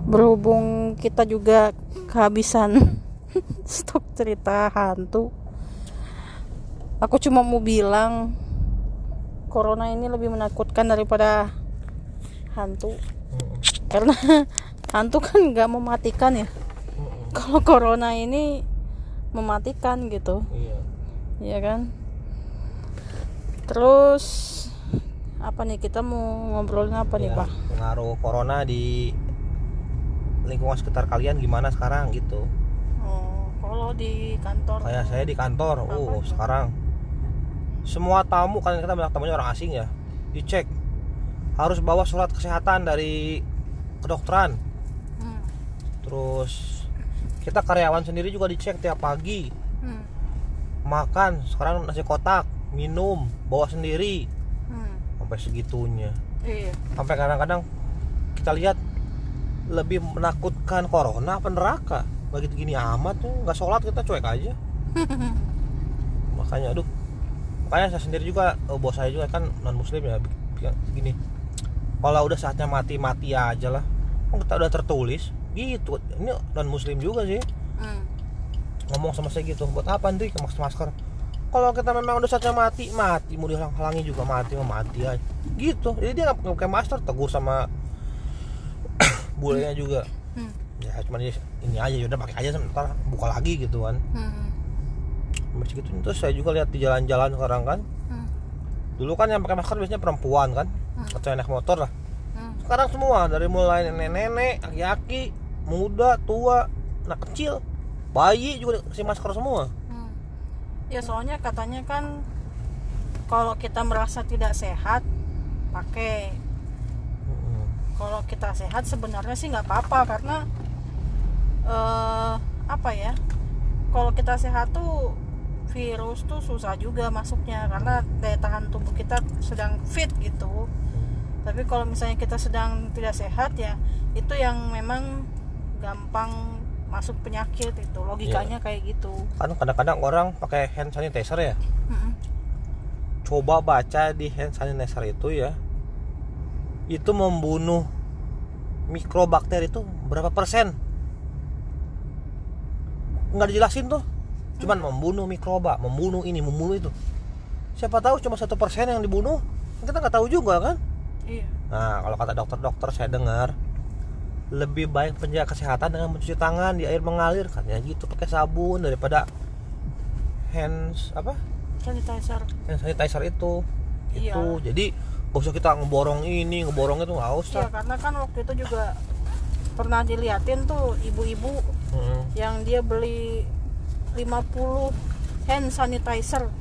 Berhubung kita juga kehabisan stok cerita hantu, aku cuma mau bilang corona ini lebih menakutkan daripada hantu. Karena hantu kan gak mematikan ya. Kalau corona ini mematikan gitu. Iya kan. Terus apa nih, kita mau ngobrolin apa nih Pak? Pengaruh corona di lingkungan sekitar kalian gimana sekarang gitu? Kalau di kantor. Kayak saya di kantor, sekarang semua tamu, kan kita banyak tamunya orang asing ya, dicek harus bawa surat kesehatan dari kedokteran. Terus kita karyawan sendiri juga dicek tiap pagi. Makan sekarang nasi kotak, minum bawa sendiri. Sampai segitunya. Iya. Sampai kadang-kadang kita lihat lebih menakutkan corona apa neraka. Begitu gini amat tuh, nggak sholat kita cuek aja. Makanya saya sendiri juga, bos saya juga kan non muslim ya, gini, kalau udah saatnya mati aja lah. Kita udah tertulis gitu. Ini non muslim juga sih. Ngomong sama saya gitu, buat apa nih masker? Kalau kita memang udah saatnya mati, mau dihalang-halangi juga mati aja gitu. Jadi dia nggak pakai masker, tegur sama bulenya juga. Ya cuma ini aja, udah pakai aja, sebentar buka lagi gitu kan. Masih gitu. Terus saya juga lihat di jalan-jalan sekarang kan. Dulu kan yang pakai masker biasanya perempuan kan, atau naik motor lah. Sekarang semua, dari mulai nenek-nenek, aki-aki, muda, tua, anak kecil, bayi juga kasih masker semua. Ya soalnya katanya kan kalau kita merasa tidak sehat pakai. Kalau kita sehat sebenarnya sih nggak apa-apa, karena kalau kita sehat tuh virus tuh susah juga masuknya, karena daya tahan tubuh kita sedang fit gitu. Tapi kalau misalnya kita sedang tidak sehat, ya itu yang memang gampang masuk penyakit, itu logikanya kayak gitu. Kan kadang-kadang orang pakai hand sanitizer ya. Coba baca di hand sanitizer itu ya, itu membunuh mikrobakteri itu berapa persen? Nggak dijelasin tuh. Cuman membunuh mikroba, membunuh ini, membunuh itu. Siapa tahu cuma 1% yang dibunuh, kita nggak tahu juga kan. Iya. Nah, kalau kata dokter-dokter saya dengar, lebih baik penjaga kesehatan dengan mencuci tangan di air mengalir, katanya gitu, pakai sabun daripada hand sanitizer itu. Iya. Itu jadi gak usah kita ngeborong ini, ngeborong itu, nggak usah. Iya, karena kan waktu itu juga pernah diliatin tuh ibu-ibu yang dia beli 50 hand sanitizer.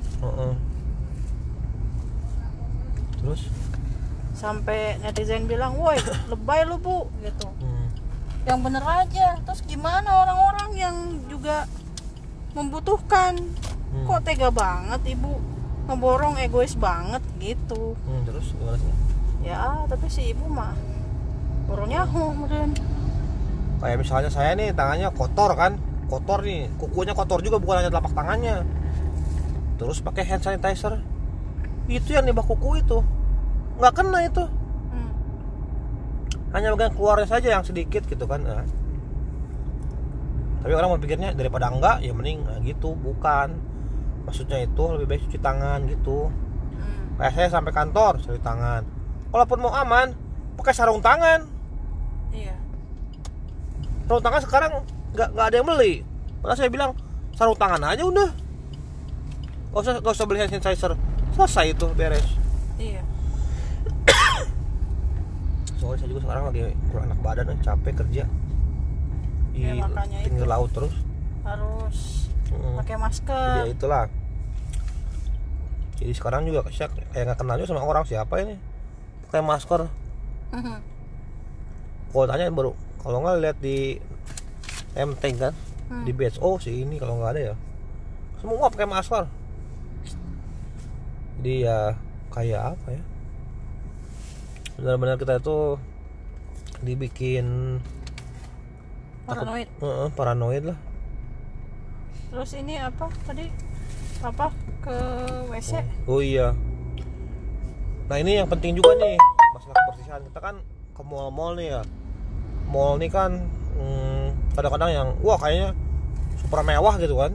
Terus sampai netizen bilang, woi lebay lu bu gitu. Yang bener aja. Terus gimana orang-orang yang juga membutuhkan? Kok tega banget ibu ngeborong, egois banget gitu. Terus gimana sih? Ya tapi si ibu mah borongnya meren. Kayak misalnya saya nih tangannya kotor kan, kotor nih, kukunya kotor juga, bukan hanya telapak tangannya. Terus pakai hand sanitizer, itu yang di bawah kuku itu nggak kena itu. Hanya bagian keluarnya saja yang sedikit gitu kan. Tapi orang berpikirnya daripada enggak, ya mending gitu. Bukan, maksudnya itu lebih baik cuci tangan gitu. Kayak saya sampai kantor cuci tangan. Kalaupun mau aman, pakai sarung tangan. Iya. Sarung tangan sekarang nggak ada yang beli. Malah saya bilang sarung tangan aja udah. Gak usah beli hand sanitizer. Selesai itu, beres. Iya. Soalnya saya juga sekarang lagi kurang enak badan, capek kerja di pinggir laut terus. Harus pakai masker. Jadi itulah. Jadi sekarang juga kayak nggak kenal juga sama orang, siapa ini pakai masker. Kalau tanya baru, kalau nggak lihat di MT kan, di batch, si ini kalau nggak ada ya, semua pakai masker. Jadi ya kayak apa ya, benar-benar kita itu dibikin paranoid. Paranoid lah. Terus ini apa tadi, ke WC? Oh iya. Nah ini yang penting juga nih, masalah kebersihan. Kita kan ke mall-mall nih ya, mall nih kan kadang-kadang yang wah kayaknya super mewah gitu kan.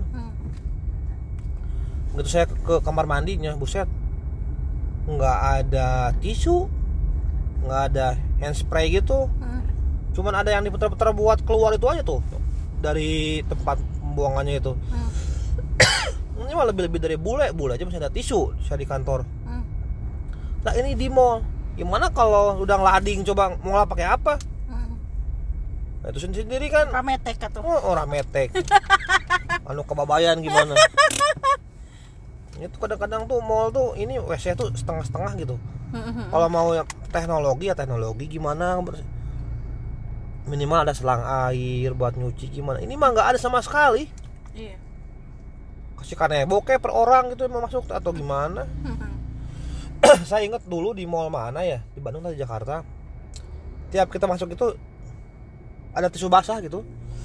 Begitu saya ke kamar mandinya, buset, nggak ada tisu, nggak ada handspray gitu, cuman ada yang diputar-putar buat keluar itu aja tuh dari tempat pembuangannya itu. Ini mah lebih dari bule aja masih ada tisu saya di kantor. Nah ini di mall, gimana kalau udah ngelading coba mau lah pakai apa? Nah, itu sendiri kan rametek atau rametek. Anu kebabayan gimana? Itu kadang-kadang tuh mall tuh ini WC tuh setengah-setengah gitu. Kalau mau teknologi ya teknologi gimana? Minimal ada selang air buat nyuci gimana? Ini mah nggak ada sama sekali. Iya. Kasih kanebo per orang gitu mau masuk atau gimana? Saya ingat dulu di mall mana ya di Bandung atau di Jakarta. Tiap kita masuk itu ada tisu basah gitu.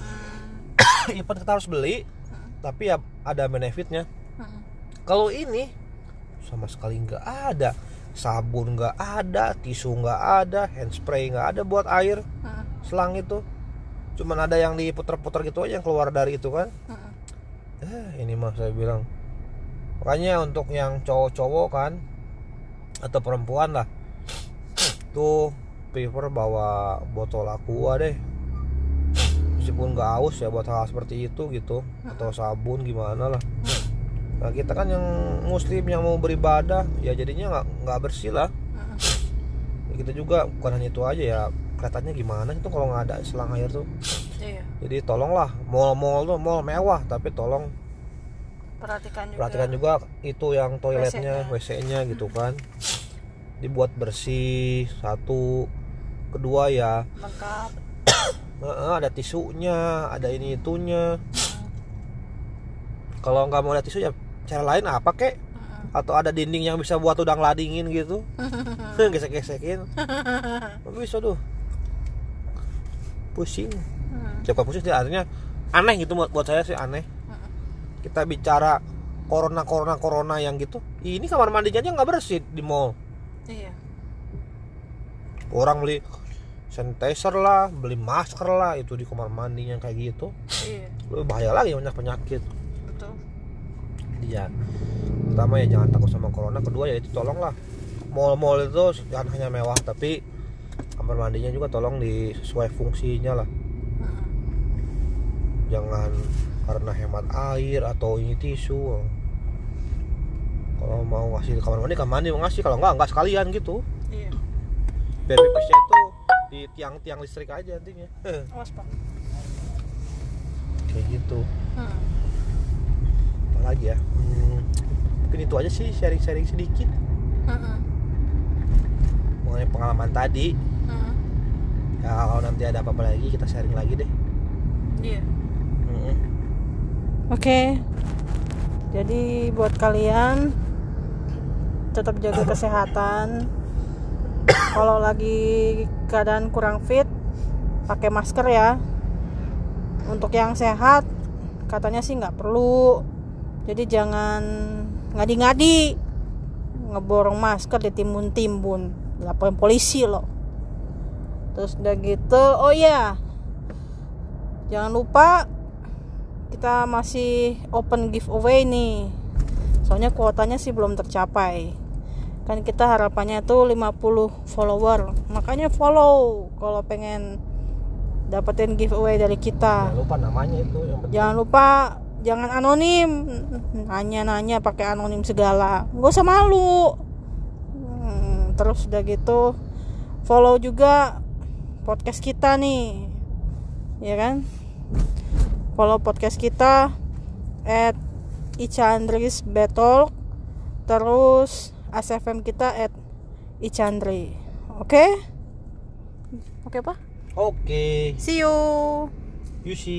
Even kita harus beli, tapi ya ada benefitnya. Kalau ini sama sekali nggak ada, sabun nggak ada, tisu nggak ada, handspray nggak ada buat air, selang itu, cuman ada yang diputar-putar gitu aja yang keluar dari itu kan. Ini mah saya bilang, makanya untuk yang cowok-cowok kan atau perempuan lah, tuh prefer bawa botol aqua deh, meskipun nggak haus ya buat hal seperti itu gitu, atau sabun gimana lah. Nah kita kan yang muslim yang mau beribadah ya jadinya nggak bersih lah. Ya, kita juga bukan hanya itu aja ya, kelihatannya gimana itu kalau nggak ada selang air tuh. Iya. Jadi tolonglah mall tuh mall mewah tapi tolong perhatikan juga itu yang toiletnya WC-nya gitu kan, dibuat bersih. Satu, kedua ya lengkap. Ada tisunya, ada ini itunya. Kalau nggak mau ada tisu ya cara lain apa kek? Atau ada dinding yang bisa buat udang ladingin gitu, gesek-gesekin, bisa tuh pusing. Coba pusing sih artinya aneh gitu buat saya sih aneh. Kita bicara corona yang gitu, ini kamar mandinya aja nggak bersih di mall. Iya. Orang beli sanitizer lah, beli masker lah itu di kamar mandi yang kayak gitu. Iya. Lebih bahaya lagi, banyak penyakit. Betul. Iya. Pertama ya jangan takut sama corona, kedua ya itu tolonglah mall-mall itu jangan hanya mewah tapi kamar mandinya juga tolong sesuai fungsinya lah. Jangan karena hemat air atau ini tisu. Kalau mau ngasih ke kamar mandi mau ngasih, kalau enggak sekalian gitu. Iya. Biar pipisnya itu di tiang-tiang listrik aja nantinya. Awas Pak. Kayak gitu. Apalagi ya? Mungkin itu aja sih sharing-sharing sedikit. Mengenai pengalaman tadi. Ya kalau nanti ada apa-apa lagi kita sharing lagi deh. Iya. Oke. Jadi buat kalian tetap jaga kesehatan. Kalau lagi keadaan kurang fit, pakai masker ya. Untuk yang sehat, katanya sih nggak perlu. Jadi jangan ngadi-ngadi ngeborong masker ditimbun-timbun, laporin polisi loh. Terus udah gitu, oh ya, jangan lupa kita masih open giveaway nih. Soalnya kuotanya sih belum tercapai. Kan kita harapannya tuh 50 follower. Makanya follow kalau pengen dapetin giveaway dari kita. Jangan lupa namanya itu yang penting. Jangan lupa, jangan anonim. Nanya-nanya pakai anonim segala. Gak usah malu. Terus udah gitu follow juga podcast kita nih. Ya kan? Follow podcast kita @ichandrisbetalk, terus ASFM kita @ichandri. Oke? Oke Pak? Oke. See you. You see.